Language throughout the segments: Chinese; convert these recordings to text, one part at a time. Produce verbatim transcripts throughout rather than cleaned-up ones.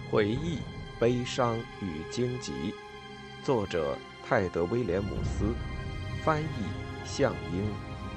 回忆、悲伤与荆棘，作者泰德·威廉姆斯，翻译向英。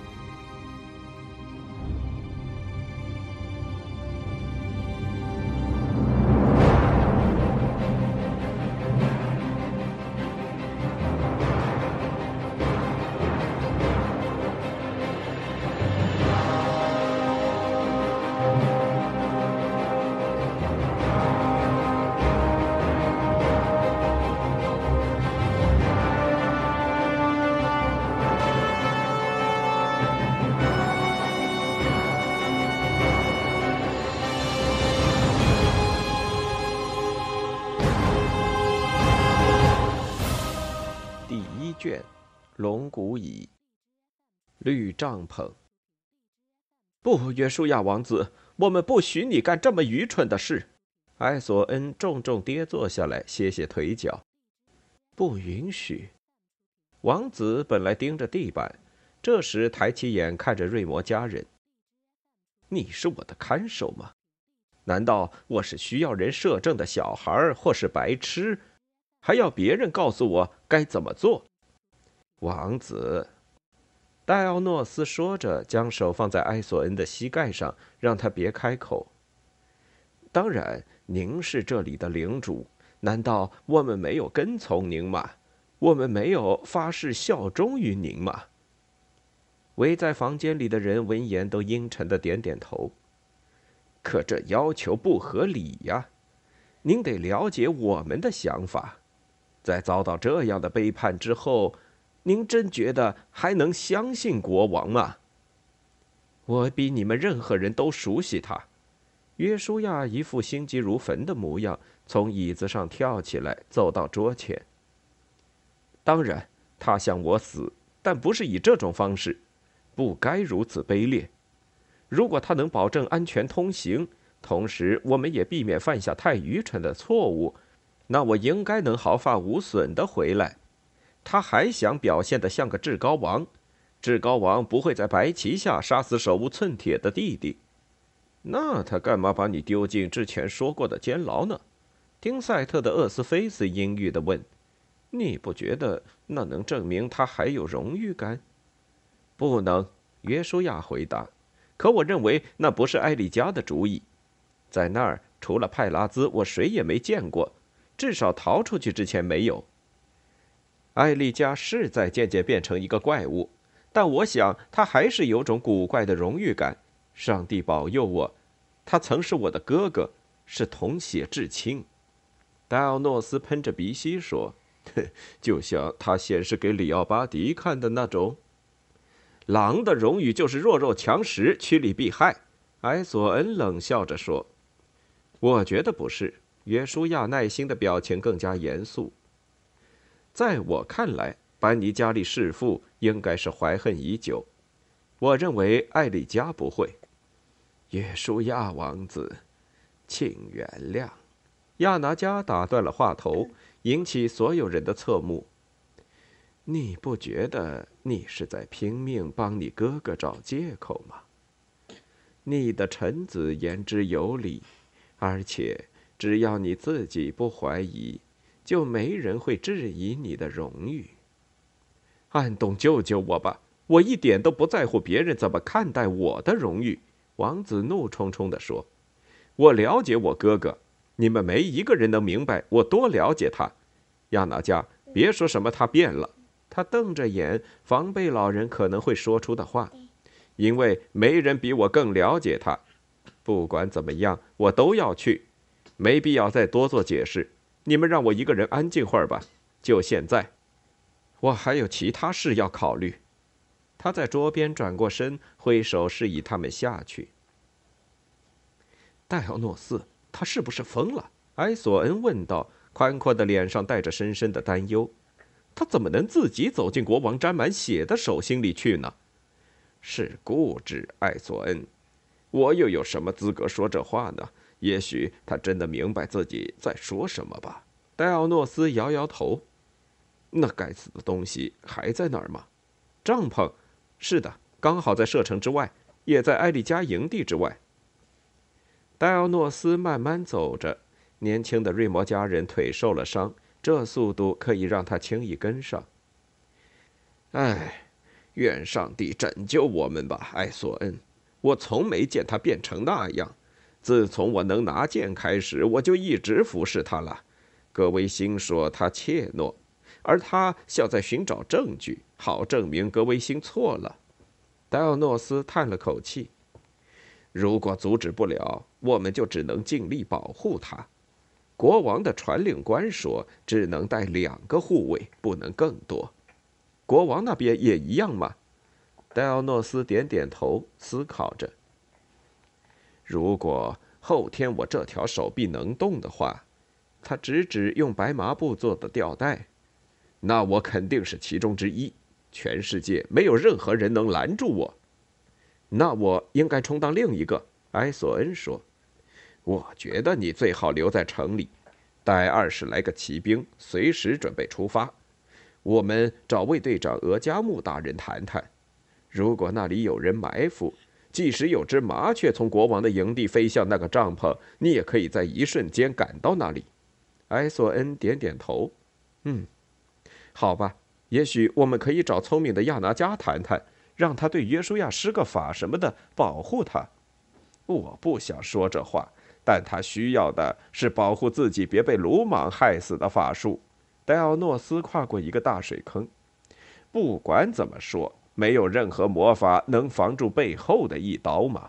第一卷，龙骨蚁，绿帐篷。不，约书亚王子，我们不许你干这么愚蠢的事。埃索恩重重跌坐下来，歇歇腿脚。不允许。王子本来盯着地板，这时抬起眼看着瑞摩家人。你是我的看守吗？难道我是需要人摄政的小孩，或是白痴？还要别人告诉我该怎么做？王子，戴奥诺斯说着，将手放在埃索恩的膝盖上，让他别开口。当然，您是这里的领主，难道我们没有跟从您吗？我们没有发誓效忠于您吗？围在房间里的人闻言都阴沉地点点头。可这要求不合理呀！您得了解我们的想法。在遭到这样的背叛之后，您真觉得还能相信国王吗？我比你们任何人都熟悉他。约书亚一副心急如焚的模样，从椅子上跳起来，走到桌前。当然，他向我死，但不是以这种方式，不该如此卑劣。如果他能保证安全通行，同时我们也避免犯下太愚蠢的错误，那我应该能毫发无损地回来。他还想表现得像个至高王，至高王不会在白旗下杀死手无寸铁的弟弟。那他干嘛把你丢进之前说过的监牢呢？丁赛特的厄斯菲斯阴郁地问。你不觉得那能证明他还有荣誉感？不能，约书亚回答。可我认为那不是埃利加的主意。在那儿，除了派拉兹，我谁也没见过。至少逃出去之前没有。艾丽加是在渐渐变成一个怪物，但我想他还是有种古怪的荣誉感。上帝保佑我，他曾是我的哥哥，是同血至亲。戴奥诺斯喷着鼻息说：“就像他显示给里奥巴迪看的那种。狼的荣誉就是弱肉强食，趋利避害。”埃索恩冷笑着说：“我觉得不是。”约书亚耐心的表情更加严肃。在我看来，班尼加利弑父应该是怀恨已久。我认为艾丽加不会。约书亚王子，请原谅。亚拿加打断了话头，引起所有人的侧目。你不觉得你是在拼命帮你哥哥找借口吗？你的臣子言之有理，而且只要你自己不怀疑，就没人会质疑你的荣誉。安东救救我吧，我一点都不在乎别人怎么看待我的荣誉。王子怒冲冲地说：“我了解我哥哥，你们没一个人能明白我多了解他。亚拿加，别说什么他变了。”他瞪着眼，防备老人可能会说出的话，因为没人比我更了解他。不管怎么样，我都要去。没必要再多做解释，你们让我一个人安静会儿吧，就现在。我还有其他事要考虑。他在桌边转过身，挥手示意他们下去。戴奥诺斯，他是不是疯了？埃索恩问道，宽阔的脸上带着深深的担忧。他怎么能自己走进国王沾满血的手心里去呢？是固执，埃索恩。我又有什么资格说这话呢？也许他真的明白自己在说什么吧。戴奥诺斯摇摇头。那该死的东西还在那儿吗？帐篷，是的，刚好在射程之外，也在埃利加营地之外。戴奥诺斯慢慢走着， 年轻的瑞摩家人腿受了伤，这速度可以让他轻易跟上。唉，愿上帝拯救我们吧，艾索恩！我从没见他变成那样。自从我能拿剑开始，我就一直服侍他了。格维星说他怯懦，而他像在寻找证据，好证明格维星错了。戴奥诺斯叹了口气。如果阻止不了，我们就只能尽力保护他。国王的传令官说，只能带两个护卫，不能更多。国王那边也一样吗？戴奥诺斯点点头，思考着。如果后天我这条手臂能动的话，他指指用白麻布做的吊带，那我肯定是其中之一。全世界没有任何人能拦住我。那我应该充当另一个，埃索恩说。我觉得你最好留在城里，带二十来个骑兵，随时准备出发。我们找卫队长俄加木大人谈谈。如果那里有人埋伏，即使有只麻雀从国王的营地飞向那个帐篷，你也可以在一瞬间赶到那里。埃索恩点点头。嗯，好吧，也许我们可以找聪明的亚拿加谈谈，让他对约书亚施个法什么的，保护他。我不想说这话，但他需要的是保护自己别被鲁莽害死的法术。戴奥诺斯跨过一个大水坑。不管怎么说，没有任何魔法能防住背后的一刀嘛。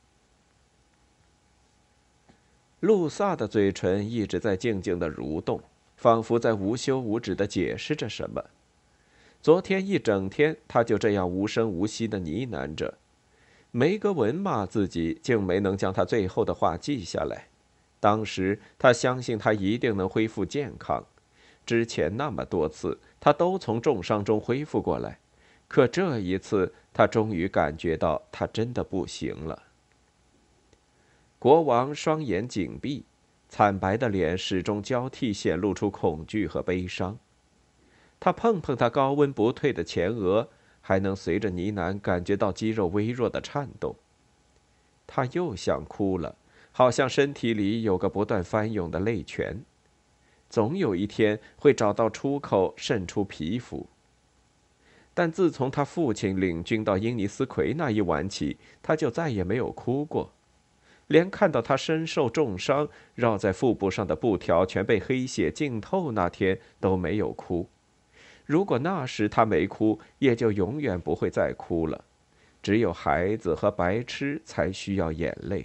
路萨的嘴唇一直在静静地蠕动，仿佛在无休无止地解释着什么。昨天一整天，他就这样无声无息地呢喃着。梅格文骂自己竟没能将他最后的话记下来。当时他相信他一定能恢复健康，之前那么多次他都从重伤中恢复过来，可这一次他终于感觉到他真的不行了。国王双眼紧闭，惨白的脸始终交替显露出恐惧和悲伤。他碰碰他高温不退的前额，还能随着呢喃感觉到肌肉微弱的颤动。他又想哭了，好像身体里有个不断翻涌的泪泉，总有一天会找到出口渗出皮肤。但自从他父亲领军到英尼斯奎那一晚起，他就再也没有哭过，连看到他身受重伤，绕在腹部上的布条全被黑血浸透那天都没有哭。如果那时他没哭，也就永远不会再哭了。只有孩子和白痴才需要眼泪。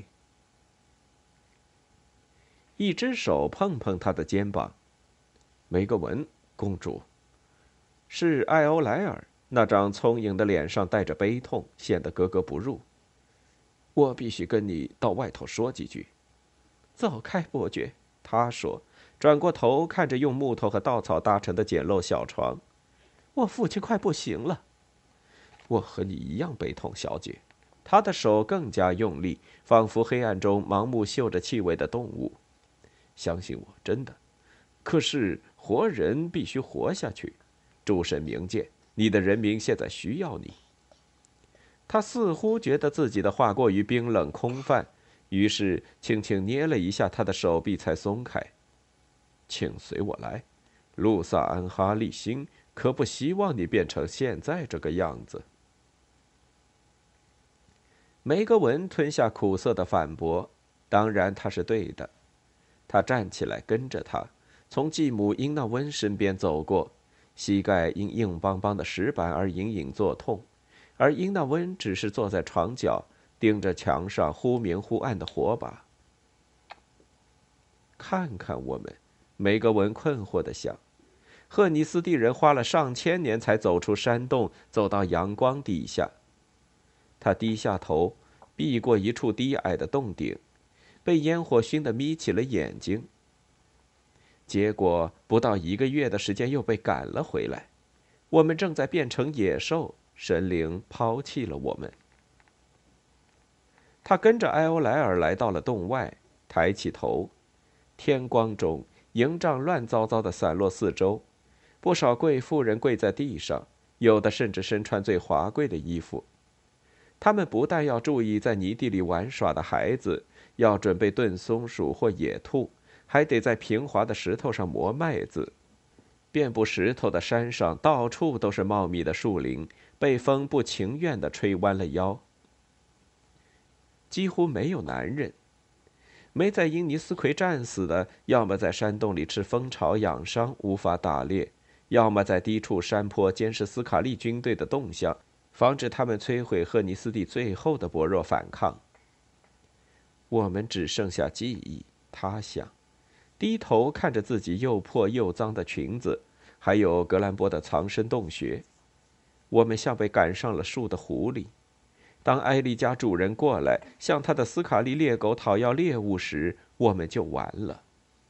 一只手碰碰他的肩膀。梅格文公主。是艾欧莱尔，那张聪颖的脸上带着悲痛，显得格格不入。我必须跟你到外头说几句。走开，伯爵，他说，转过头看着用木头和稻草搭成的简陋小床。我父亲快不行了。我和你一样悲痛，小姐。他的手更加用力，仿佛黑暗中盲目嗅着气味的动物。相信我，真的。可是活人必须活下去。诸神明鉴，你的人民现在需要你。他似乎觉得自己的话过于冰冷空泛，于是轻轻捏了一下他的手臂，才松开。请随我来，路萨安哈利星可不希望你变成现在这个样子。梅格文吞下苦涩的反驳，当然他是对的。他站起来跟着他，从继母英纳温身边走过，膝盖因硬邦邦的石板而隐隐作痛，而英纳温只是坐在床角，盯着墙上忽明忽暗的火把。看看我们，梅格文困惑地想。赫尼斯蒂人花了上千年才走出山洞，走到阳光底下。他低下头，避过一处低矮的洞顶，被烟火熏得眯起了眼睛。结果不到一个月的时间又被赶了回来。我们正在变成野兽，神灵抛弃了我们。他跟着埃欧莱尔来到了洞外，抬起头，天光中营帐乱糟糟地散落四周，不少贵妇人跪在地上，有的甚至身穿最华贵的衣服。他们不但要注意在泥地里玩耍的孩子，要准备炖松鼠或野兔， 还得在平滑的石头上磨麦子。遍布石头的山上，到处都是茂密的树林，被风不情愿地吹弯了腰。几乎没有男人，没在因尼斯奎战死的，要么在山洞里吃蜂巢养伤，无法打猎，要么在低处山坡监视斯卡利军队的动向，防止他们摧毁赫尼斯蒂最后的薄弱反抗。我们只剩下记忆，他想，低头看着自己又破又脏的裙子，还有格兰波的藏身洞穴。我们像被赶上了树的狐狸。当埃利家主人过来向他的斯卡利猎狗讨要猎物时，我们就完了。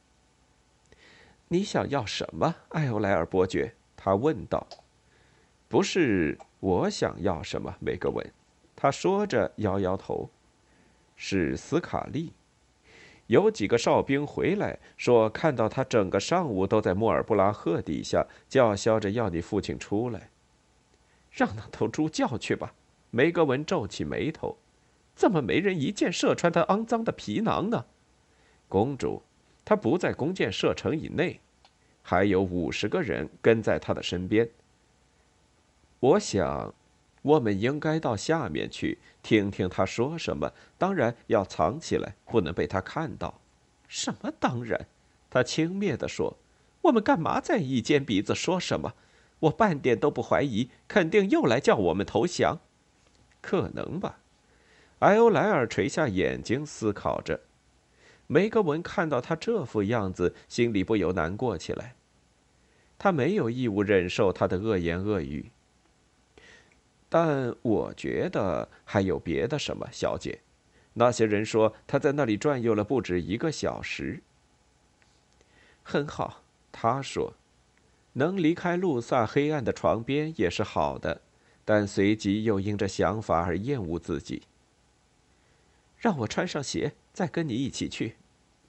你想要什么，艾欧莱尔伯爵？他问道。不是我想要什么，梅格文，他说着摇摇头。是斯卡利。有几个哨兵回来说，看到他整个上午都在莫尔布拉赫底下叫嚣着要你父亲出来。让那头猪叫去吧。梅格文皱起眉头，怎么没人一箭射穿他肮脏的皮囊呢？公主，他不在弓箭射程以内，还有五十个人跟在他的身边。我想，我们应该到下面去听听他说什么，当然要藏起来，不能被他看到。什么当然？他轻蔑地说，我们干嘛在意尖鼻子说什么？我半点都不怀疑，肯定又来叫我们投降。可能吧。埃欧莱尔垂下眼睛思考着。梅格文看到他这副样子，心里不由难过起来。他没有义务忍受他的恶言恶语。但我觉得还有别的什么，小姐。那些人说他在那里转悠了不止一个小时。很好，他说，能离开路萨黑暗的床边也是好的。但随即又因着想法而厌恶自己。让我穿上鞋，再跟你一起去。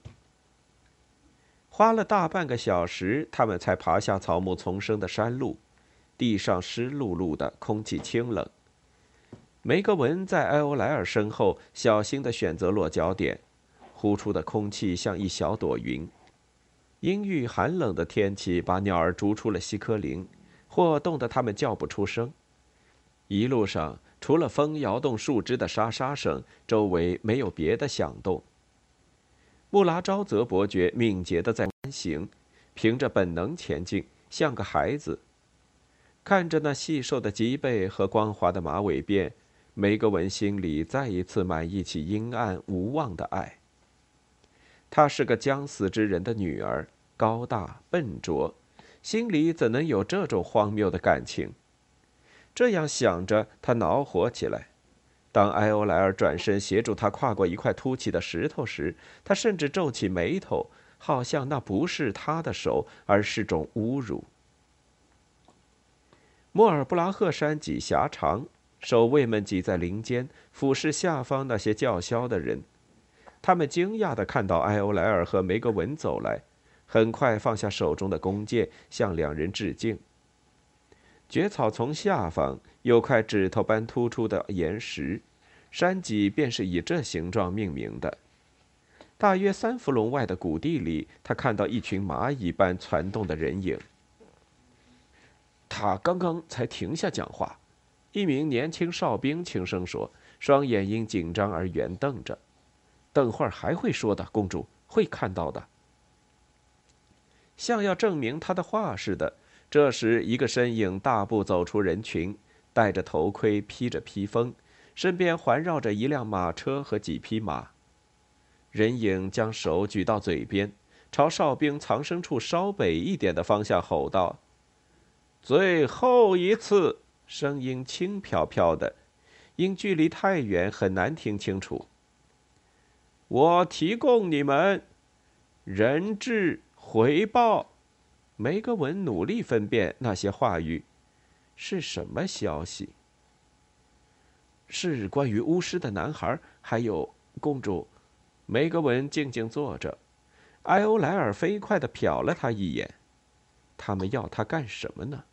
花了大半个小时，他们才爬下草木丛生的山路，地上湿漉漉的，空气清冷。梅格文在埃欧莱尔身后小心地选择落脚点，呼出的空气像一小朵云。阴郁寒冷的天气把鸟儿逐出了西科林，或冻得它们叫不出声。一路上，除了风摇动树枝的沙沙声，周围没有别的响动。穆拉昭泽伯爵敏捷地在弯行，凭着本能前进，像个孩子。看着那细瘦的脊背和光滑的马尾辫，梅格文心里再一次满溢起阴暗无望的爱。她是个将死之人的女儿，高大笨拙，心里怎能有这种荒谬的感情？这样想着，他恼火起来。当埃欧莱尔转身协助他跨过一块凸起的石头时，他甚至皱起眉头，好像那不是他的手，而是种侮辱。莫尔布拉赫山脊狭长，守卫们挤在林间，俯视下方那些叫嚣的人。他们惊讶地看到埃欧莱尔和梅格文走来，很快放下手中的弓箭，向两人致敬。蕨草丛下方有块指头般突出的岩石，山脊便是以这形状命名的。大约三伏龙外的谷地里，他看到一群蚂蚁般攒动的人影。他刚刚才停下讲话，一名年轻哨兵轻声说，双眼因紧张而圆瞪着。等会儿还会说的，公主会看到的。像要证明他的话似的。这时，一个身影大步走出人群，戴着头盔，披着披风，身边环绕着一辆马车和几匹马。人影将手举到嘴边，朝哨兵藏身处稍北一点的方向吼道：“最后一次！”声音轻飘飘的，因距离太远很难听清楚。我提供你们人质回报。梅格文努力分辨那些话语是什么消息。是关于巫师的男孩，还有公主。梅格文静静坐着，埃欧莱尔飞快地瞟了他一眼。他们要他干什么呢？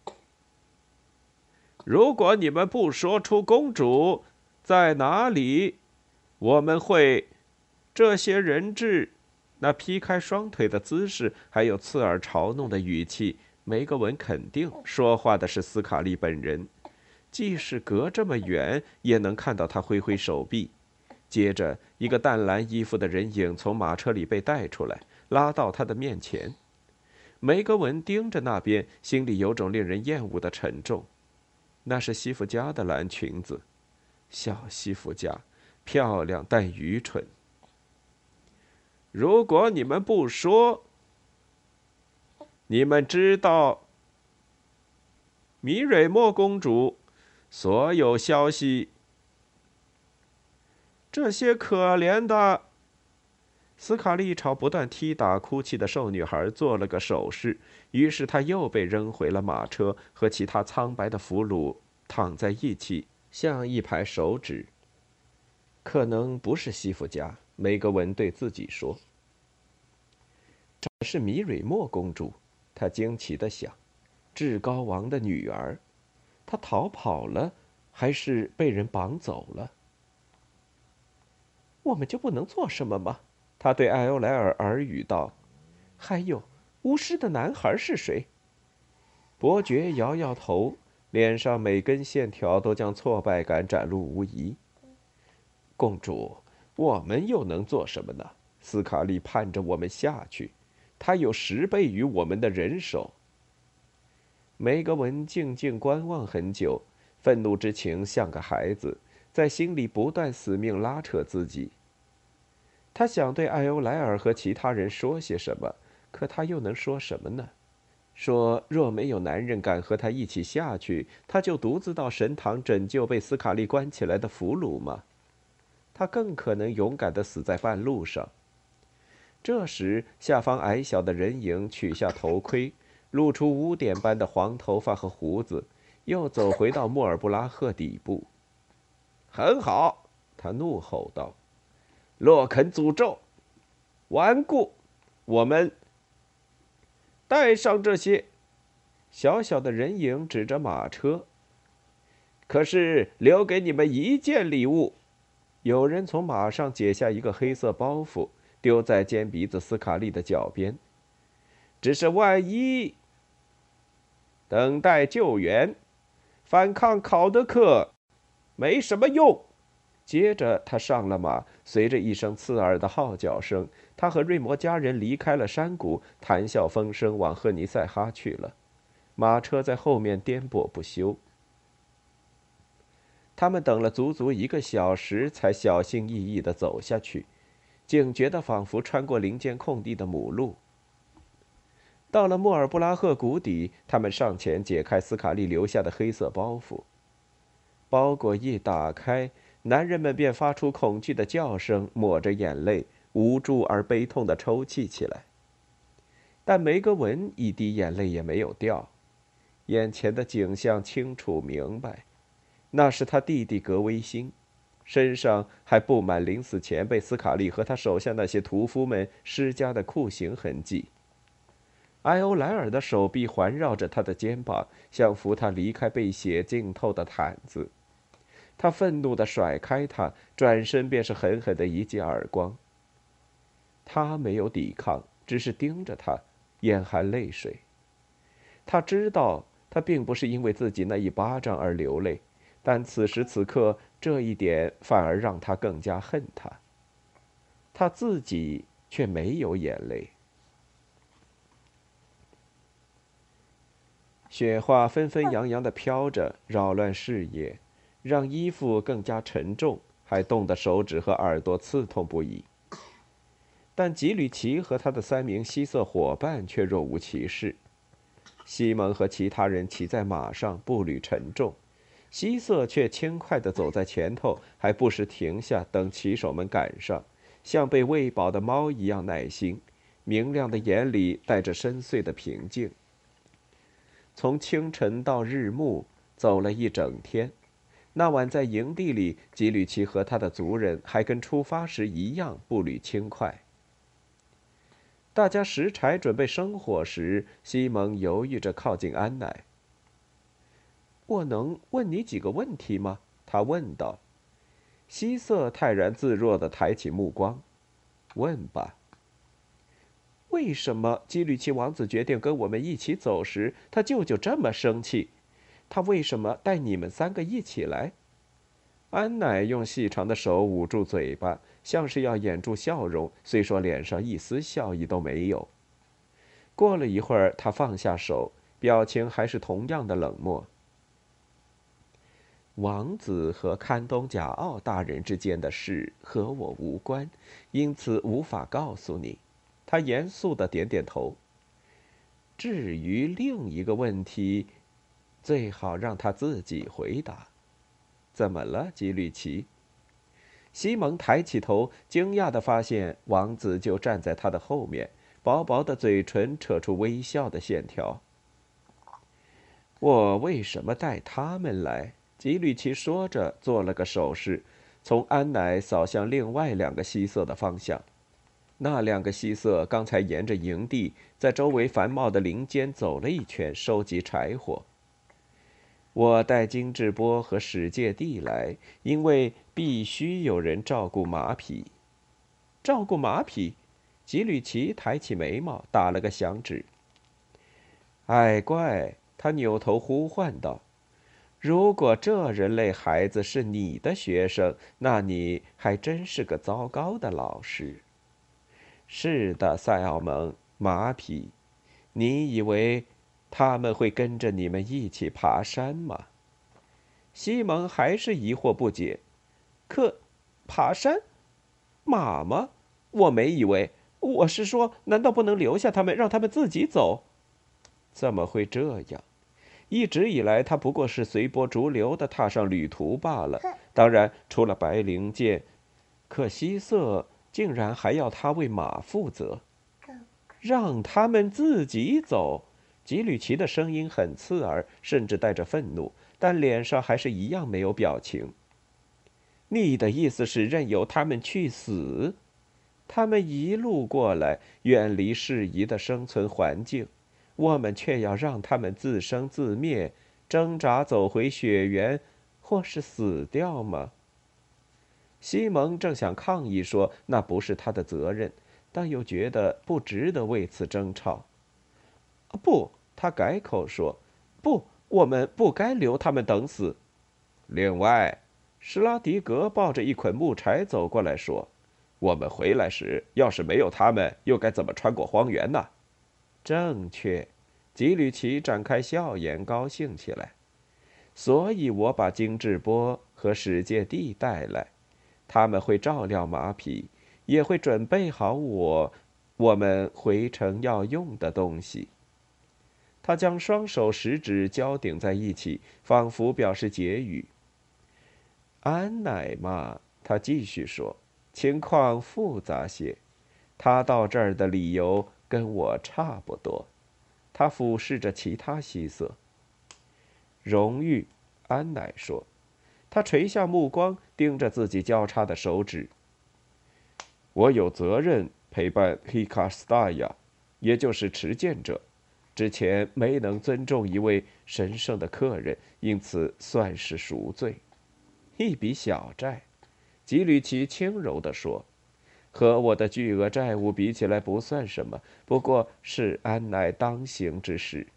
如果你们不说出公主在哪里，我们会这些人质那劈开双腿的姿势，还有刺耳嘲弄的语气，梅格文肯定说话的是斯卡利本人，即使隔这么远，也能看到他挥挥手臂。接着，一个淡蓝衣服的人影从马车里被带出来，拉到他的面前。梅格文盯着那边，心里有种令人厌恶的沉重。那是西弗加的蓝裙子，小西弗加，漂亮但愚蠢。如果你们不说，你们知道，米蕊莫公主，所有消息。这些可怜的，斯卡利朝不断踢打、哭泣的瘦女孩做了个手势，于是她又被扔回了马车，和其他苍白的俘虏躺在一起，像一排手指。可能不是西弗加，梅格文对自己说。这是米蕊莫公主，她惊奇地想，至高王的女儿，她逃跑了，还是被人绑走了？我们就不能做什么吗？他对艾欧莱尔耳语道。还有，巫师的男孩是谁？伯爵摇摇头，脸上每根线条都将挫败感展露无遗。公主，我们又能做什么呢？斯卡利盼着我们下去，他有十倍于我们的人手。梅格文静静观望很久，愤怒之情像个孩子，在心里不断死命拉扯自己。他想对艾欧莱尔和其他人说些什么，可他又能说什么呢？说若没有男人敢和他一起下去，他就独自到神堂拯救被斯卡利关起来的俘虏吗？他更可能勇敢地死在半路上。这时，下方矮小的人影取下头盔，露出污点般的黄头发和胡子，又走回到莫尔布拉赫底部。很好，他怒吼道。洛肯诅咒，顽固，我们带上这些。小小的人影指着马车。可是留给你们一件礼物。有人从马上解下一个黑色包袱，丢在尖鼻子斯卡利的脚边。只是万一，等待救援，反抗考德克，没什么用。接着他上了马，随着一声刺耳的号角声，他和瑞摩家人离开了山谷，谈笑风生往赫尼塞哈去了。马车在后面颠簸不休。他们等了足足一个小时，才小心翼翼地走下去，警觉得仿佛穿过林间空地的母路。到了莫尔布拉赫谷底，他们上前解开斯卡利留下的黑色包袱。包裹一打开，男人们便发出恐惧的叫声，抹着眼泪，无助而悲痛地抽泣起来。但梅格文一滴眼泪也没有掉，眼前的景象清楚明白，那是他弟弟格威辛，身上还布满临死前被斯卡利和他手下那些屠夫们施加的酷刑痕迹。埃欧莱尔的手臂环绕着他的肩膀，像扶他离开被血浸透的毯子。他愤怒地甩开他，转身便是狠狠的一记耳光。他没有抵抗，只是盯着他，眼含泪水。他知道他并不是因为自己那一巴掌而流泪，但此时此刻这一点反而让他更加恨他。他自己却没有眼泪。雪花纷纷扬扬地飘着，扰乱视野，让衣服更加沉重，还冻得手指和耳朵刺痛不已。但吉吕奇和他的三名西瑟伙伴却若无其事。西蒙和其他人骑在马上，步履沉重，西瑟却轻快地走在前头，还不时停下等骑手们赶上，像被喂饱的猫一样耐心，明亮的眼里带着深邃的平静。从清晨到日暮，走了一整天。那晚在营地里，吉吕奇和他的族人还跟出发时一样，步履轻快。大家拾柴准备生火时，西蒙犹豫着靠近安乃。我能问你几个问题吗？他问道。希瑟泰然自若地抬起目光，问吧。 为什么基吕奇王子决定跟我们一起走时，他舅舅这么生气？他为什么带你们三个一起来？安乃用细长的手捂住嘴巴，像是要掩住笑容，虽说脸上一丝笑意都没有。过了一会儿，他放下手，表情还是同样的冷漠。王子和堪东贾奥大人之间的事和我无关，因此无法告诉你。他严肃地点点头。至于另一个问题，最好让他自己回答。怎么了，基律奇？西蒙抬起头，惊讶地发现王子就站在他的后面，薄薄的嘴唇扯出微笑的线条。我为什么带他们来？基律奇说着，做了个手势，从安乃扫向另外两个西色的方向。那两个西色刚才沿着营地，在周围繁茂的林间走了一圈，收集柴火。我带金智波和史介蒂来，因为必须有人照顾马匹。照顾马匹？吉吕奇抬起眉毛，打了个响指。矮怪，他扭头呼唤道：“如果这人类孩子是你的学生，那你还真是个糟糕的老师。”是的，塞奥蒙，马匹，你以为他们会跟着你们一起爬山吗？西蒙还是疑惑不解。可，爬山？马吗？我没以为。我是说，难道不能留下他们，让他们自己走？怎么会这样？一直以来，他不过是随波逐流地踏上旅途罢了。当然，除了白灵剑，可西瑟竟然还要他为马负责，让他们自己走。吉吕奇的声音很刺耳，甚至带着愤怒，但脸上还是一样没有表情。你的意思是任由他们去死？他们一路过来，远离适宜的生存环境，我们却要让他们自生自灭，挣扎走回雪原，或是死掉吗？西蒙正想抗议说那不是他的责任，但又觉得不值得为此争吵。不，他改口说，不，我们不该留他们等死。另外，施拉迪格抱着一捆木柴走过来说，我们回来时要是没有他们，又该怎么穿过荒原呢？正确，吉吕奇展开笑颜，高兴起来。所以我把金智波和史介蒂带来，他们会照料马匹，也会准备好我我们回程要用的东西。他将双手食指交顶在一起，仿佛表示结语。安乃嘛，他继续说，情况复杂些。他到这儿的理由跟我差不多。他俯视着其他西色。荣誉，安乃说。他垂下目光，盯着自己交叉的手指。我有责任陪伴希卡斯塔亚，也就是持剑者。之前没能尊重一位神圣的客人，因此算是赎罪。一笔小债，吉吕奇轻柔地说，和我的巨额债务比起来不算什么，不过是安乃当行之事。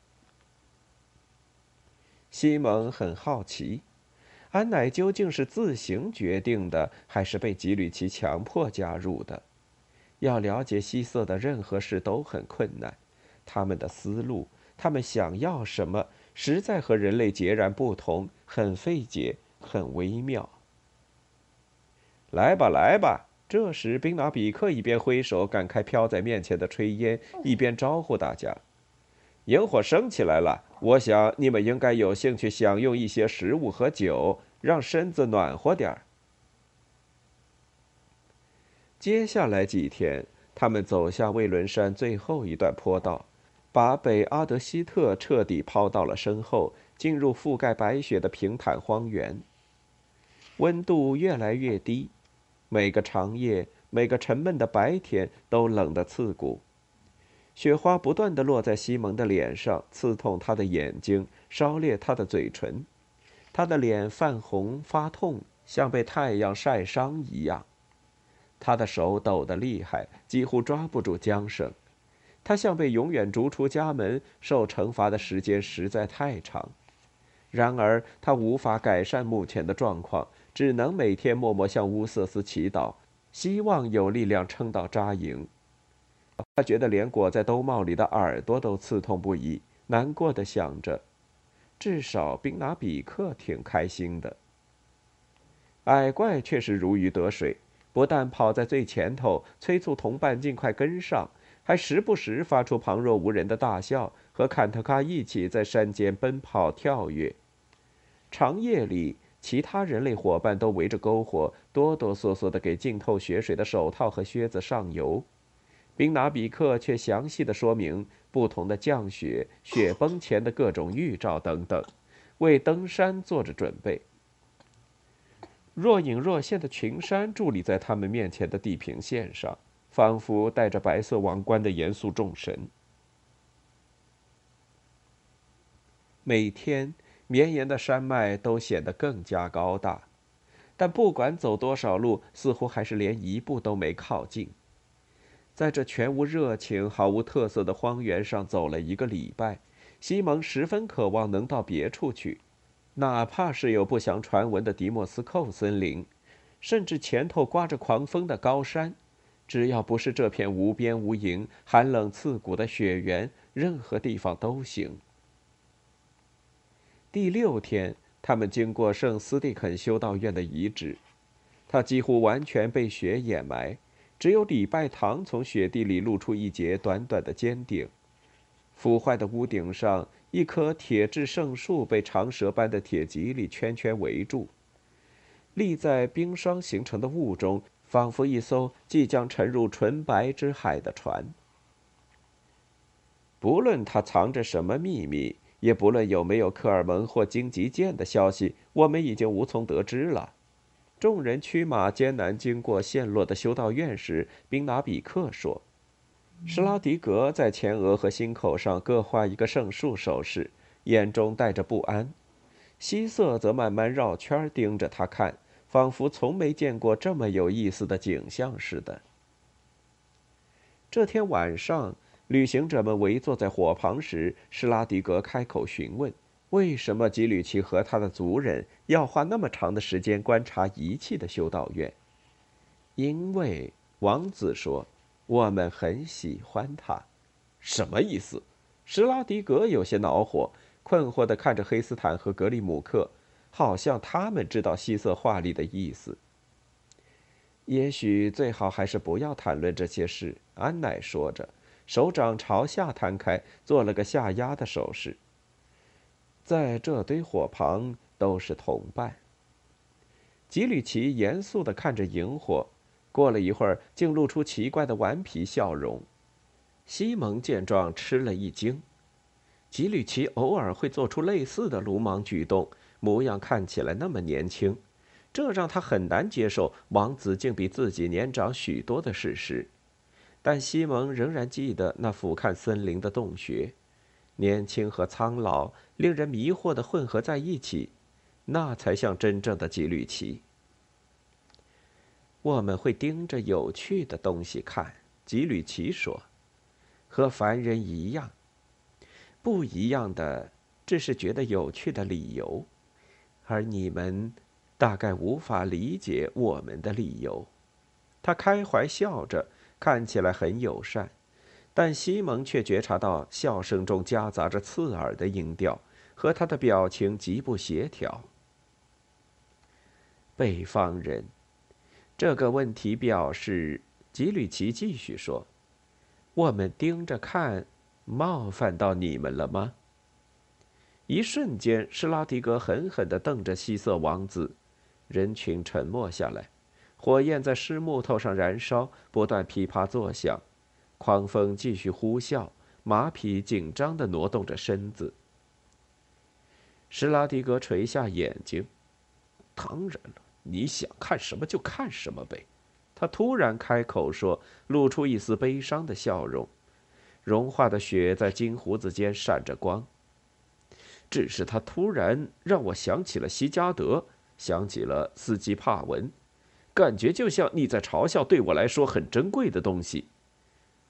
西蒙很好奇，安乃究竟是自行决定的，还是被吉吕奇强迫加入的？要了解西瑟的任何事都很困难，他们的思路，他们想要什么，实在和人类截然不同，很费解，很微妙。来吧，来吧！这时，宾拿比克一边挥手赶开飘在面前的炊烟，一边招呼大家：“萤火升起来了，我想你们应该有兴趣享用一些食物和酒，让身子暖和点儿。”接下来几天，他们走下魏伦山最后一段坡道，把北阿德希特彻底抛到了身后，进入覆盖白雪的平坦荒原。温度越来越低，每个长夜，每个沉闷的白天都冷得刺骨。雪花不断地落在西蒙的脸上，刺痛他的眼睛，烧裂他的嘴唇。他的脸泛红发痛，像被太阳晒伤一样。他的手抖得厉害，几乎抓不住缰绳。 他像被永远逐出家门，受惩罚的时间实在太长。然而，他无法改善目前的状况，只能每天默默向乌瑟斯祈祷，希望有力量撑到扎营。他觉得连裹在兜帽里的耳朵都刺痛不已，难过地想着，至少宾拿比克挺开心的。矮怪却是如鱼得水，不但跑在最前头，催促同伴尽快跟上，还时不时发出旁若无人的大笑，和坎特卡一起在山间奔跑跳跃。长夜里，其他人类伙伴都围着篝火，哆哆嗦嗦地给浸透血水的手套和靴子上油。宾拿比克却详细地说明不同的降雪、雪崩前的各种预兆等等，为登山做着准备。若隐若现的群山伫立在他们面前的地平线上，仿佛戴着白色王冠的严肃众神。每天，绵延的山脉都显得更加高大，但不管走多少路，似乎还是连一步都没靠近。在这全无热情、毫无特色的荒原上走了一个礼拜，西蒙十分渴望能到别处去。哪怕是有不祥传闻的迪莫斯寇森林，甚至前头刮着狂风的高山，只要不是这片无边无垠、寒冷刺骨的雪原，任何地方都行。第六天，他们经过圣斯蒂肯修道院的遗址，它几乎完全被雪掩埋，只有礼拜堂从雪地里露出一截短短的尖顶。腐坏的屋顶上，一棵铁质圣树被长蛇般的铁蒺藜圈圈围住，立在冰霜形成的雾中，仿佛一艘即将沉入纯白之海的船。不论它藏着什么秘密，也不论有没有科尔蒙或荆棘剑的消息，我们已经无从得知了。众人驱马艰难经过陷落的修道院时，宾拿比克说：“施拉迪格在前额和心口上各画一个圣树手势，眼中带着不安。希瑟则慢慢绕圈盯着他看，仿佛从没见过这么有意思的景象似的。”这天晚上，旅行者们围坐在火旁时，施拉迪格开口询问，为什么吉吕奇和他的族人要花那么长的时间观察遗弃的修道院。因为王子说，我们很喜欢他。什么意思？施拉迪格有些恼火，困惑地看着黑斯坦和格里姆克，好像他们知道希瑟话里的意思。也许最好还是不要谈论这些事，安乃说着，手掌朝下摊开，做了个下压的手势。在这堆火旁都是同伴。吉吕奇严肃地看着萤火，过了一会儿，竟露出奇怪的顽皮笑容。西蒙见状吃了一惊。吉吕奇偶尔会做出类似的鲁莽举动，模样看起来那么年轻，这让他很难接受王子竟比自己年长许多的事实。但西蒙仍然记得那俯瞰森林的洞穴，年轻和苍老令人迷惑地混合在一起，那才像真正的吉吕奇。我们会盯着有趣的东西看，吉吕奇说，和凡人一样。不一样的只是觉得有趣的理由，而你们大概无法理解我们的理由。他开怀笑着，看起来很友善，但西蒙却觉察到笑声中夹杂着刺耳的音调，和他的表情极不协调。北方人，这个问题表示，吉吕奇继续说，我们盯着看，冒犯到你们了吗？一瞬间，施拉迪格狠狠地瞪着希瑟王子，人群沉默下来，火焰在湿木头上燃烧，不断噼啪作响，狂风继续呼啸，马匹紧张地挪动着身子。施拉迪格垂下眼睛，当然了，你想看什么就看什么呗。他突然开口说，露出一丝悲伤的笑容。融化的雪在金胡子间闪着光。只是他突然让我想起了西加德，想起了斯基帕文，感觉就像你在嘲笑对我来说很珍贵的东西。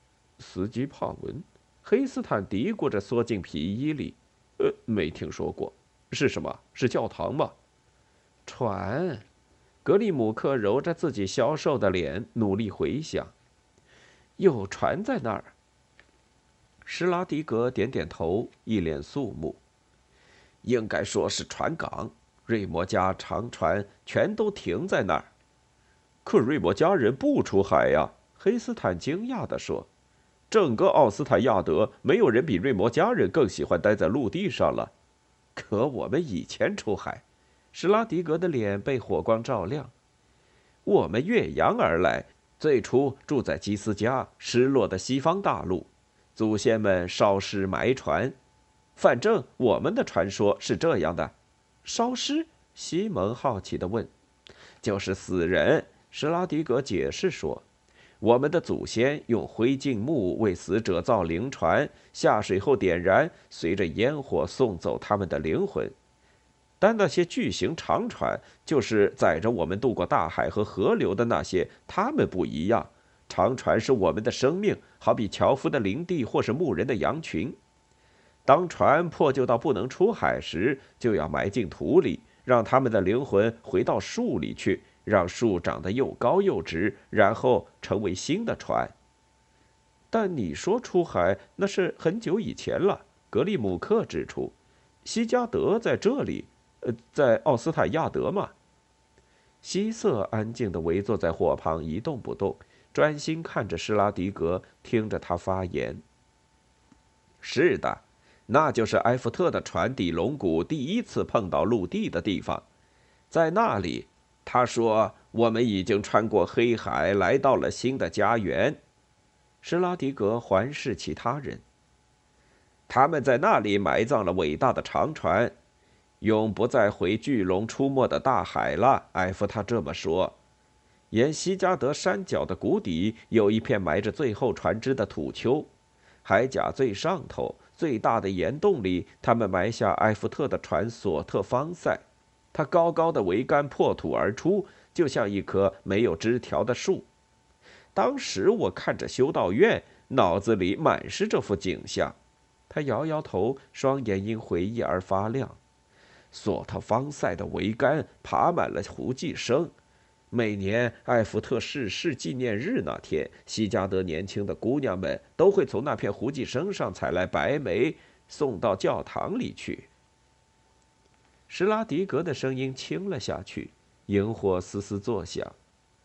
斯基帕文，黑斯坦嘀咕着缩进皮衣里。呃，没听说过，是什么？是教堂吗？船。格里姆克揉着自己消瘦的脸，努力回想。有船在那儿。施拉迪格点点头，一脸肃穆。应该说是船港，瑞摩家长船全都停在那儿。可瑞摩家人不出海呀，黑斯坦惊讶地说。整个奥斯坦亚德，没有人比瑞摩家人更喜欢待在陆地上了。可我们以前出海，施拉迪格的脸被火光照亮。我们越洋而来，最初住在基斯加失落的西方大陆，祖先们烧尸埋船。反正我们的传说是这样的。烧尸？西蒙好奇地问。就是死人，施拉迪格解释说。我们的祖先用灰烬木为死者造灵船，下水后点燃，随着烟火送走他们的灵魂。但那些巨型长船，就是载着我们渡过大海和河流的那些，他们不一样。长船是我们的生命，好比樵夫的林地或是牧人的羊群。当船破旧到不能出海时，就要埋进土里，让他们的灵魂回到树里去。让树长得又高又直，然后成为新的船。但你说出海，那是很久以前了。格里姆克指出，西加德在这里，呃，在奥斯坦亚德嘛。希瑟安静地围坐在火旁，一动不动，专心看着施拉迪格，听着他发言。是的，那就是埃弗特的船底龙骨第一次碰到陆地的地方，在那里。他说：“我们已经穿过黑海，来到了新的家园。”施拉迪格环视其他人。他们在那里埋葬了伟大的长船，永不再回巨龙出没的大海了。埃弗他这么说。沿西加德山脚的谷底有一片埋着最后船只的土丘，海甲最上头最大的岩洞里，他们埋下埃弗特的船索特方塞。它高高的桅杆破土而出，就像一棵没有枝条的树。当时我看着修道院，脑子里满是这幅景象。他摇摇头，双眼因回忆而发亮。索特方塞的桅杆爬满了胡寄生。每年艾弗特逝世纪念日那天，西加德年轻的姑娘们都会从那片胡寄生上采来白莓，送到教堂里去。施拉迪格的声音轻了下去，萤火嘶嘶作响。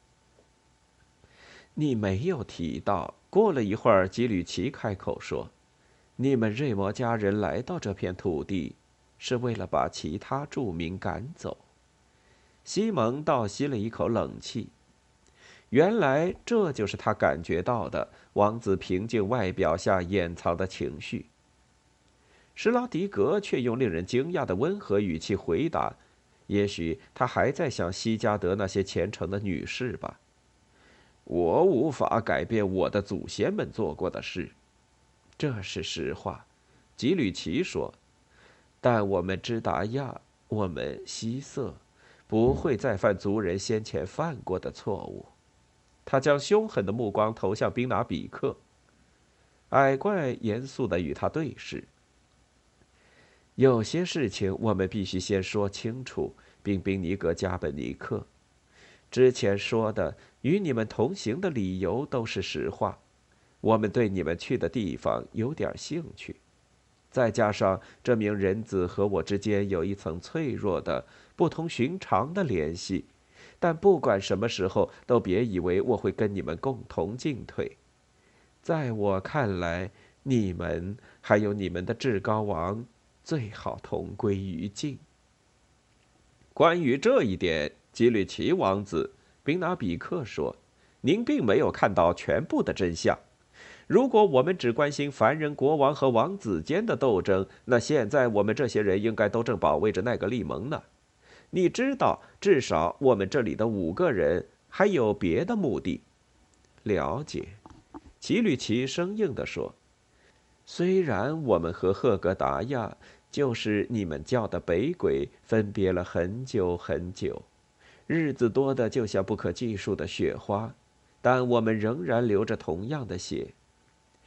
你没有提到。过了一会儿，基吕奇开口说：“你们瑞摩家人来到这片土地，是为了把其他住民赶走。”西蒙倒吸了一口冷气。原来这就是他感觉到的王子平静外表下掩藏的情绪。施拉迪格却用令人惊讶的温和语气回答：“也许他还在想西加德那些虔诚的女士吧。我无法改变我的祖先们做过的事，这是实话。”吉吕奇说。“但我们支达亚，我们希瑟，不会再犯族人先前犯过的错误。”他将凶狠的目光投向宾拿比克。矮怪严肃地与他对视。有些事情我们必须先说清楚，宾宾尼格加本尼克。之前说的与你们同行的理由都是实话，我们对你们去的地方有点兴趣。再加上这名人子和我之间有一层脆弱的、不同寻常的联系，但不管什么时候，都别以为我会跟你们共同进退。在我看来，你们还有你们的至高王，最好同归于尽。关于这一点，基吕奇王子，宾拿比克说：“您并没有看到全部的真相。如果我们只关心凡人国王和王子间的斗争，那现在我们这些人应该都正保卫着奈格利蒙呢。你知道，至少我们这里的五个人还有别的目的。”了解，奇吕奇生硬地说。虽然我们和赫格达亚，就是你们叫的北鬼，分别了很久很久，日子多得就像不可计数的雪花，但我们仍然流着同样的血。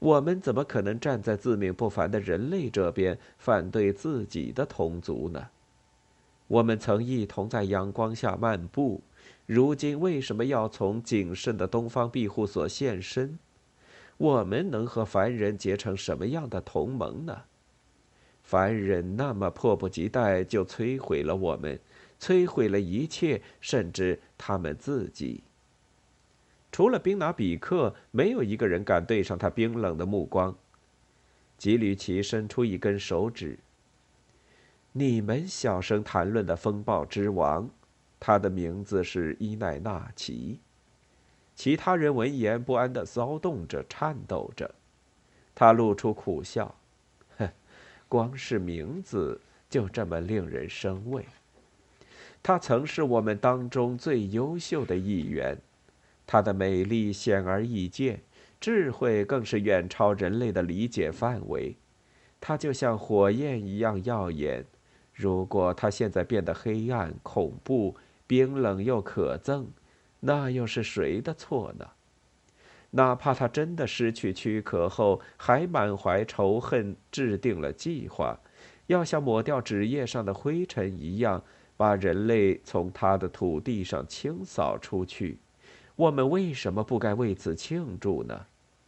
我们怎么可能站在自命不凡的人类这边，反对自己的同族呢？我们曾一同在阳光下漫步，如今为什么要从谨慎的东方庇护所现身？我们能和凡人结成什么样的同盟呢？凡人那么迫不及待就摧毁了我们，摧毁了一切，甚至他们自己。除了宾拿比克，没有一个人敢对上他冰冷的目光。吉吕奇伸出一根手指。你们小声谈论的风暴之王，他的名字是伊奈纳奇。其他人闻言不安地骚动着，颤抖着。他露出苦笑，哼，光是名字就这么令人生畏。他曾是我们当中最优秀的一员。她的美丽显而易见，智慧更是远超人类的理解范围。她就像火焰一样耀眼。如果她现在变得黑暗、恐怖、冰冷又可憎，那又是谁的错呢？哪怕她真的失去躯壳后，还满怀仇恨，制定了计划，要像抹掉纸页上的灰尘一样，把人类从她的土地上清扫出去。我们为什么不该为此庆祝呢？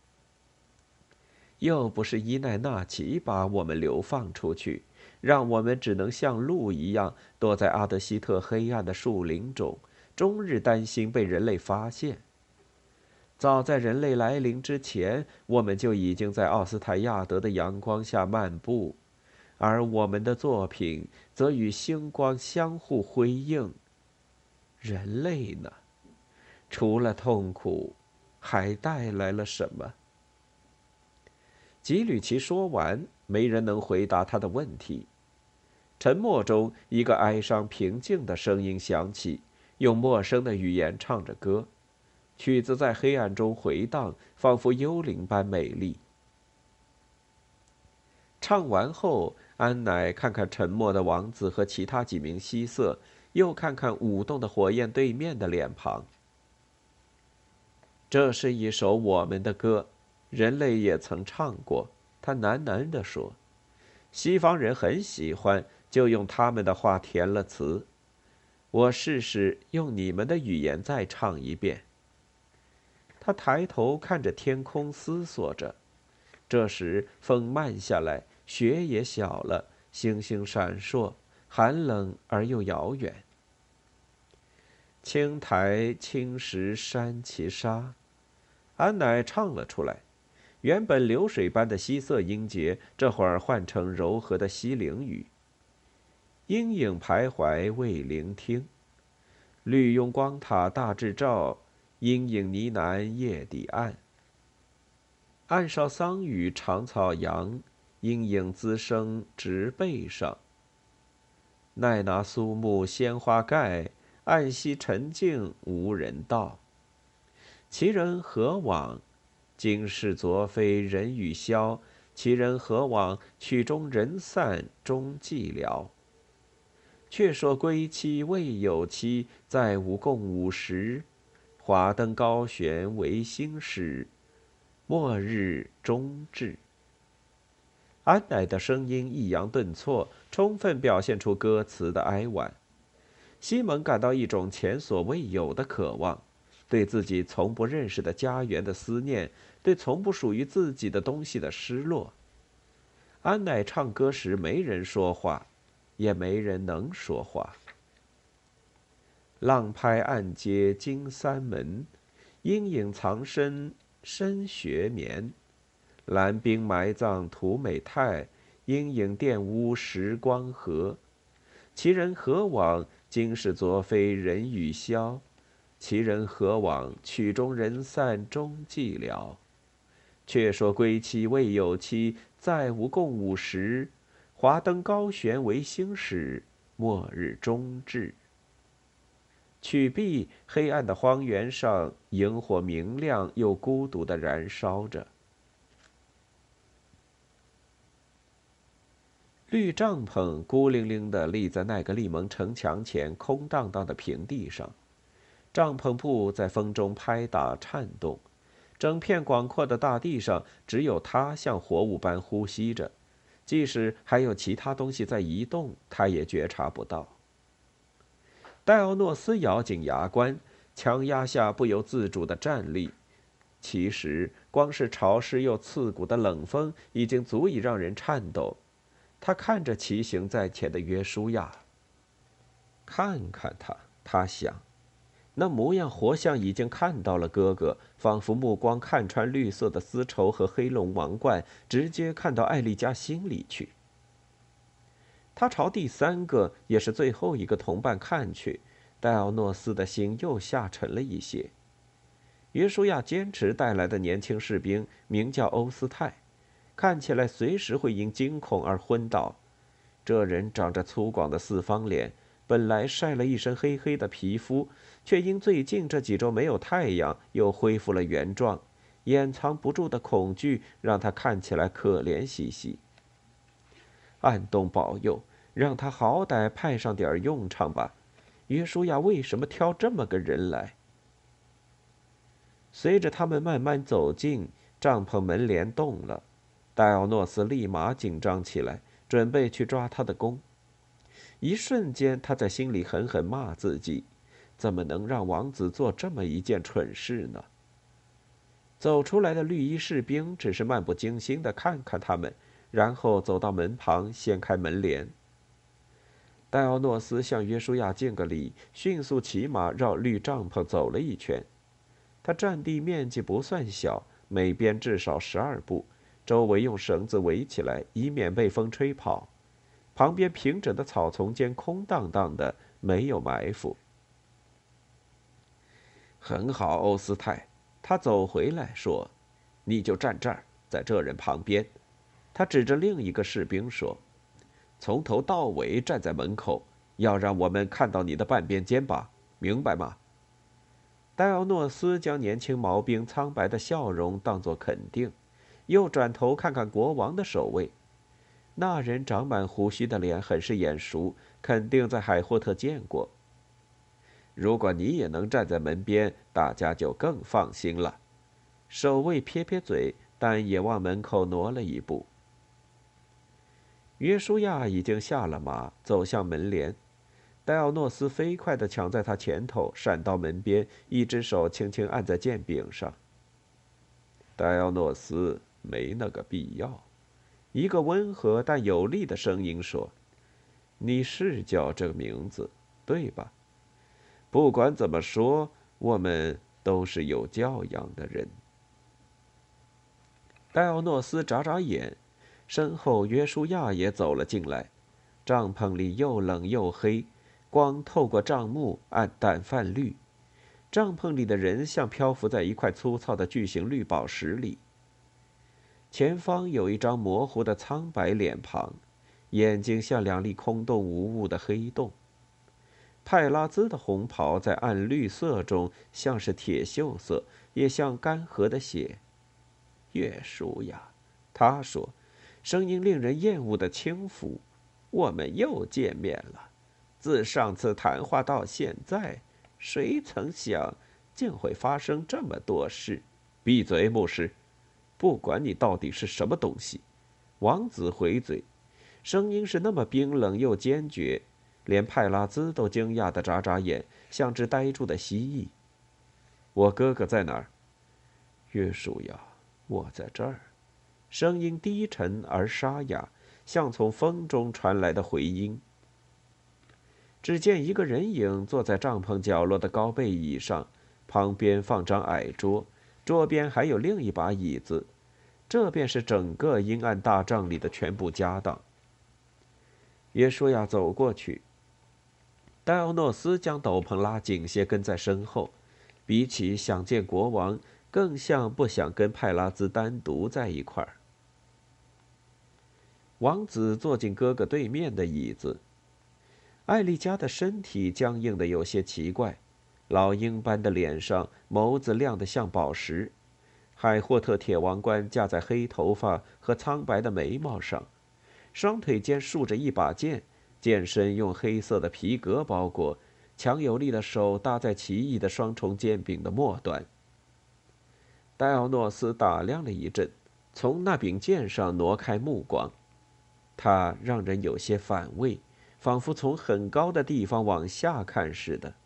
又不是伊奈纳奇把我们流放出去，让我们只能像鹿一样躲在阿德希特黑暗的树林中，终日担心被人类发现。早在人类来临之前，我们就已经在奥斯泰亚德的阳光下漫步，而我们的作品则与星光相互辉映。人类呢？除了痛苦，还带来了什么？吉吕奇说完，没人能回答他的问题。沉默中，一个哀伤平静的声音响起，用陌生的语言唱着歌，曲子在黑暗中回荡，仿佛幽灵般美丽。唱完后，安乃看看沉默的王子和其他几名希瑟，又看看舞动的火焰对面的脸庞。这是一首我们的歌，人类也曾唱过。他喃喃地说：“西方人很喜欢，就用他们的话填了词。我试试用你们的语言再唱一遍。”他抬头看着天空，思索着。这时，风慢下来，雪也小了，星星闪烁，寒冷而又遥远。青苔青石山其沙。安乃唱了出来，原本流水般的西瑟音节，这会儿换成柔和的西陵语。阴影徘徊未聆听，绿拥光塔大致照，阴影呢喃夜底暗。岸上桑榆长草扬，阴影滋生植背上。奈拿苏木鲜花盖，岸溪沉静无人道。其人何往？今是昨非人欲消。其人何往？曲终人散终寂寥。却说归期未有期，再无共舞时。华灯高悬为星矢，末日终至。安乃的声音抑扬顿挫，充分表现出歌词的哀婉。西蒙感到一种前所未有的渴望。对自己从不认识的家园的思念，对从不属于自己的东西的失落。安乃唱歌时，没人说话，也没人能说话。浪拍暗街金三门，阴影藏身深穴眠。蓝冰埋葬土美泰，阴影玷污时光河。其人何往？今是昨非人欲消。其人何往？曲终人散终寂寥。却说归期未有期，再无共舞时。华灯高悬为星矢，末日终至。曲毕，黑暗的荒原上，萤火明亮又孤独地燃烧着。绿帐篷孤零零地立在奈格利蒙城墙前空荡荡的平地上。帐篷布在风中拍打颤动， 整片广阔的大地上，只有他像活物般呼吸着，即使还有其他东西在移动，他也觉察不到。戴奥诺斯咬紧牙关，强压下不由自主的站立。其实，光是潮湿又刺骨的冷风已经足以让人颤抖。他看着骑行在前的约书亚，看看他，他想。那模样活像已经看到了哥哥，仿佛目光看穿绿色的丝绸和黑龙王冠，直接看到艾丽加心里去。他朝第三个，也是最后一个同伴看去，戴奥诺斯的心又下沉了一些。约书亚坚持带来的年轻士兵名叫欧斯泰，看起来随时会因惊恐而昏倒。这人长着粗犷的四方脸，本来晒了一身黑黑的皮肤，却因最近这几周没有太阳，又恢复了原状。掩藏不住的恐惧让他看起来可怜兮兮。暗东保佑，让他好歹派上点用场吧。约书亚为什么挑这么个人来？随着他们慢慢走近，帐篷门帘动了。戴奥诺斯立马紧张起来，准备去抓他的弓。一瞬间，他在心里狠狠骂自己：怎么能让王子做这么一件蠢事呢？走出来的绿衣士兵只是漫不经心地看看他们，然后走到门旁，掀开门帘。戴奥诺斯向约书亚敬个礼，迅速骑马绕绿帐篷走了一圈。他占地面积不算小，每边至少十二步，周围用绳子围起来，以免被风吹跑。旁边平整的草丛间空荡荡的，没有埋伏。很好，欧斯泰。他走回来说：“你就站这儿，在这人旁边。”他指着另一个士兵说：“从头到尾站在门口，要让我们看到你的半边肩膀，明白吗？”戴奥诺斯将年轻毛兵苍白的笑容当作肯定，又转头看看国王的守卫。那人长满胡须的脸很是眼熟，肯定在海霍特见过。如果你也能站在门边，大家就更放心了。守卫撇撇嘴，但也往门口挪了一步。约书亚已经下了马，走向门帘。戴奥诺斯飞快地抢在他前头，闪到门边，一只手轻轻按在剑柄上。戴奥诺斯，没那个必要。一个温和但有力的声音说：“你是叫这个名字，对吧？不管怎么说，我们都是有教养的人。”戴奥诺斯眨眨眼，身后约书亚也走了进来。帐篷里又冷又黑，光透过帐幕暗淡泛绿。帐篷里的人像漂浮在一块粗糙的巨型绿宝石里。前方有一张模糊的苍白脸庞，眼睛像两粒空洞无物的黑洞。派拉兹的红袍在暗绿色中像是铁锈色，也像干涸的血。约书亚，他说，声音令人厌恶的轻浮：“我们又见面了。自上次谈话到现在，谁曾想竟会发生这么多事？”闭嘴，牧师！不管你到底是什么东西，王子回嘴，声音是那么冰冷又坚决，连派拉兹都惊讶地眨眨眼，像只呆住的蜥蜴。我哥哥在哪儿？约书亚，我在这儿。声音低沉而沙哑，像从风中传来的回音。只见一个人影坐在帐篷角落的高背椅上，旁边放张矮桌，桌边还有另一把椅子，这便是整个阴暗大帐里的全部家当。约书亚走过去，戴奥诺斯将斗篷拉紧些，跟在身后。比起想见国王，更像不想跟派拉兹单独在一块儿。王子坐进哥哥对面的椅子，艾丽加的身体僵硬的有些奇怪，老鹰般的脸上，眸子亮得像宝石。海霍特铁王冠架在黑头发和苍白的眉毛上，双腿间竖着一把剑，剑身用黑色的皮革包裹，强有力的手搭在奇异的双重剑柄的末端。 戴奥诺斯打量了一阵，从那柄剑上挪开目光，他让人有些反胃，仿佛从很高的地方往下看似的。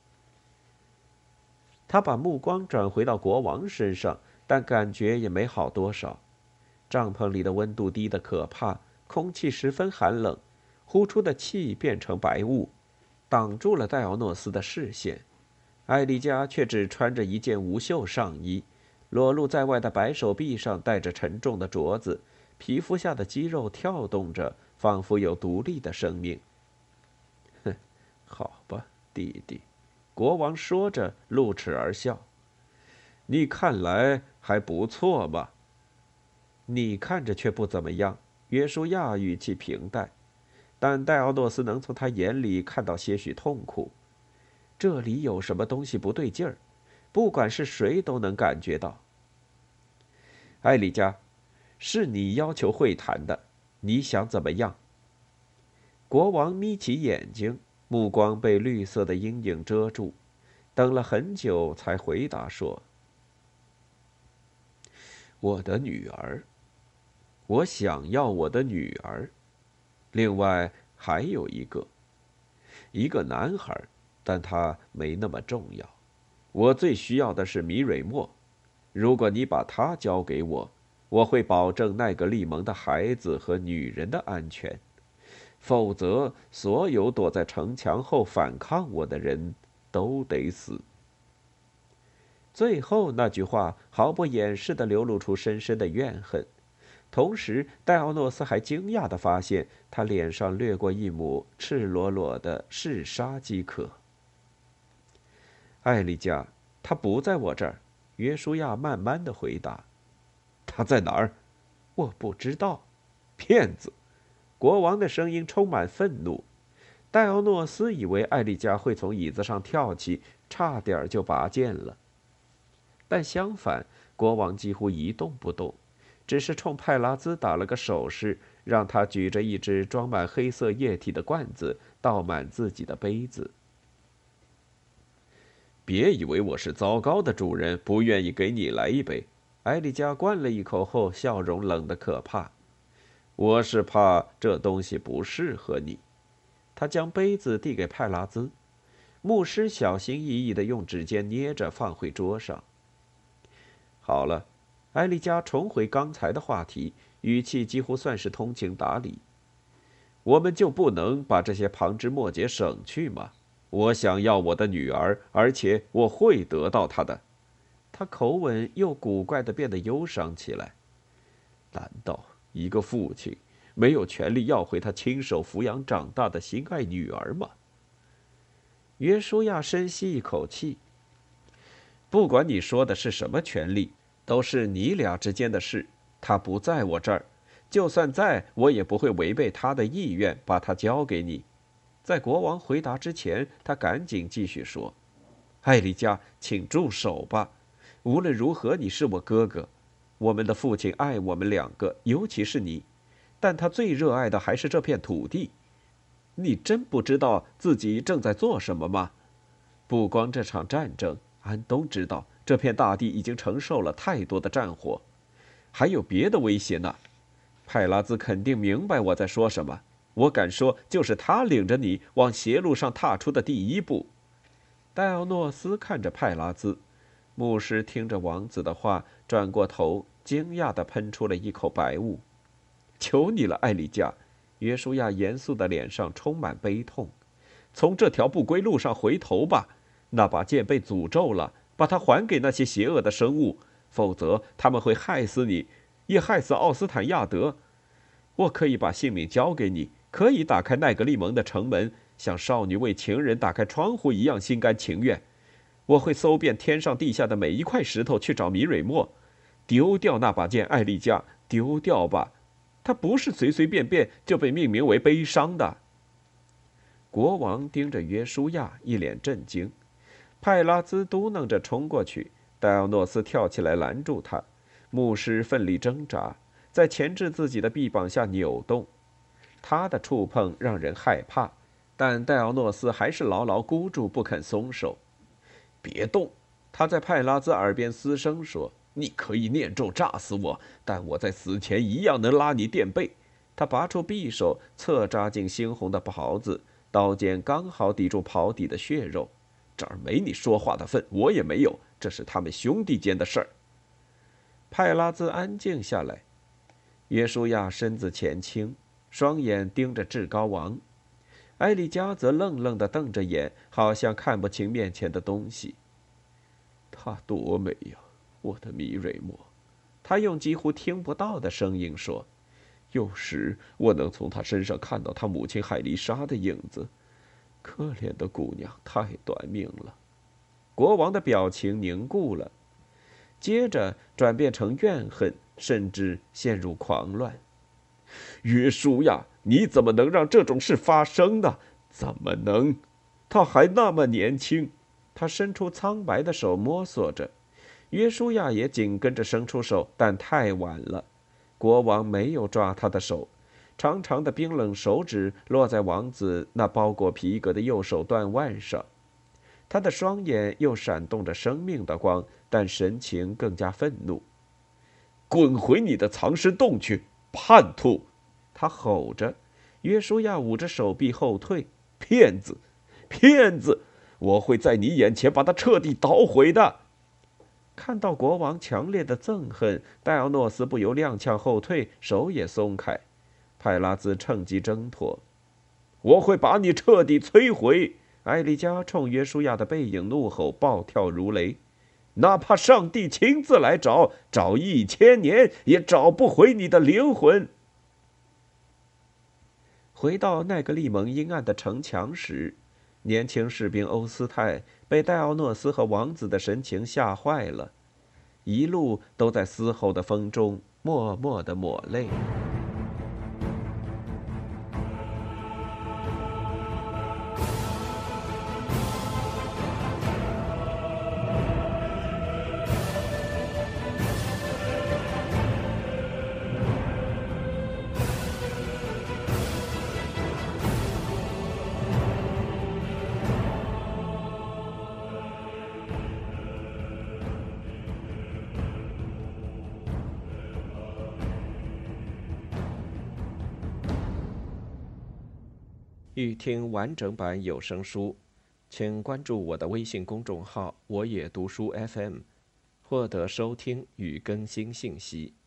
他把目光转回到国王身上，但感觉也没好多少。帐篷里的温度低得可怕，空气十分寒冷，呼出的气变成白雾，挡住了戴奥诺斯的视线。艾丽加却只穿着一件无袖上衣，裸露在外的白手臂上戴着沉重的镯子，皮肤下的肌肉跳动着，仿佛有独立的生命。哼，好吧，弟弟，国王说着，露齿而笑。你看来还不错嘛。你看着却不怎么样，约书亚语气平淡，但戴奥诺斯能从他眼里看到些许痛苦。这里有什么东西不对劲儿，不管是谁都能感觉到。艾丽加，是你要求会谈的，你想怎么样？国王眯起眼睛，目光被绿色的阴影遮住，等了很久才回答说：“我的女儿，我想要我的女儿。另外还有一个，一个男孩，但他没那么重要。我最需要的是米蕊莫。如果你把他交给我，我会保证奈格利蒙的孩子和女人的安全。否则，所有躲在城墙后反抗我的人都得死。”最后那句话毫不掩饰地流露出深深的怨恨，同时戴奥诺斯还惊讶地发现他脸上掠过一抹赤裸裸的嗜杀饥渴。艾丽加，他不在我这儿。约书亚慢慢地回答：“他在哪儿？我不知道。”骗子！国王的声音充满愤怒。戴奥诺斯以为艾丽加会从椅子上跳起，差点就拔剑了。但相反，国王几乎一动不动，只是冲派拉兹打了个手势，让他举着一只装满黑色液体的罐子，倒满自己的杯子。别以为我是糟糕的主人，不愿意给你来一杯。艾丽加灌了一口后，笑容冷得可怕。我是怕这东西不适合你。他将杯子递给派拉兹，牧师小心翼翼地用指尖捏着放回桌上。好了，艾丽加重回刚才的话题，语气几乎算是通情达理。我们就不能把这些旁枝末节省去吗？我想要我的女儿，而且我会得到她的。他口吻又古怪地变得忧伤起来。难道一个父亲没有权利要回他亲手抚养长大的心爱女儿吗？约书亚深吸一口气。不管你说的是什么权利，都是你俩之间的事。他不在我这儿，就算在，我也不会违背他的意愿把他交给你。在国王回答之前，他赶紧继续说：“艾丽加，请住手吧。无论如何，你是我哥哥，我们的父亲爱我们两个，尤其是你，但他最热爱的还是这片土地。你真不知道自己正在做什么吗？不光这场战争，安东知道这片大地已经承受了太多的战火，还有别的威胁呢。派拉兹肯定明白我在说什么。我敢说，就是他领着你往邪路上踏出的第一步。”戴奥诺斯看着派拉兹，牧师听着王子的话，转过头，惊讶地喷出了一口白雾。“求你了，艾丽加！”约书亚严肃的脸上充满悲痛。“从这条不归路上回头吧！那把剑被诅咒了，把它还给那些邪恶的生物，否则他们会害死你，也害死奥斯坦亚德。我可以把性命交给你，可以打开奈格利蒙的城门，像少女为情人打开窗户一样心甘情愿。我会搜遍天上地下的每一块石头去找米蕊莫，丢掉那把剑，艾丽加，丢掉吧！它不是随随便便就被命名为悲伤的。”国王盯着约书亚，一脸震惊。派拉兹嘟囔着冲过去，戴奥诺斯跳起来拦住他。牧师奋力挣扎，在钳制自己的臂膀下扭动。他的触碰让人害怕，但戴奥诺斯还是牢牢箍住，不肯松手。“别动！”他在派拉兹耳边嘶声说， 你可以念咒炸死我，但我在死前一样能拉你垫背。他拔出匕首，侧扎进猩红的袍子，刀尖刚好抵住袍底的血肉。这儿没你说话的份，我也没有，这是他们兄弟间的事儿。派拉兹安静下来，约书亚身子前倾，双眼盯着至高王。埃利加则愣愣地瞪着眼，好像看不清面前的东西。她多美呀，我的米瑞莫！他用几乎听不到的声音说：“有时我能从她身上看到她母亲海丽莎的影子。可怜的姑娘，太短命了。”国王的表情凝固了，接着转变成怨恨，甚至陷入狂乱。约书亚，你怎么能让这种事发生呢？怎么能？他还那么年轻。他伸出苍白的手摸索着，约书亚也紧跟着伸出手，但太晚了。国王没有抓他的手，长长的冰冷手指落在王子那包裹皮革的右手腕腕上。他的双眼又闪动着生命的光，但神情更加愤怒。滚回你的藏尸洞去，叛徒！他吼着。约书亚捂着手臂后退。骗子，骗子！我会在你眼前把他彻底捣毁的。看到国王强烈的憎恨，戴奥诺斯不由踉跄后退，手也松开。派拉兹趁机挣脱。我会把你彻底摧毁！艾丽加冲约书亚的背影怒吼，暴跳如雷。哪怕上帝亲自来找，找一千年也找不回你的灵魂。回到奈格利蒙阴暗的城墙时，年轻士兵欧斯泰被戴奥诺斯和王子的神情吓坏了，一路都在嘶吼的风中默默地抹泪。欲听完整版有声书，请关注我的微信公众号“我也读书 F M”， 获得收听与更新信息。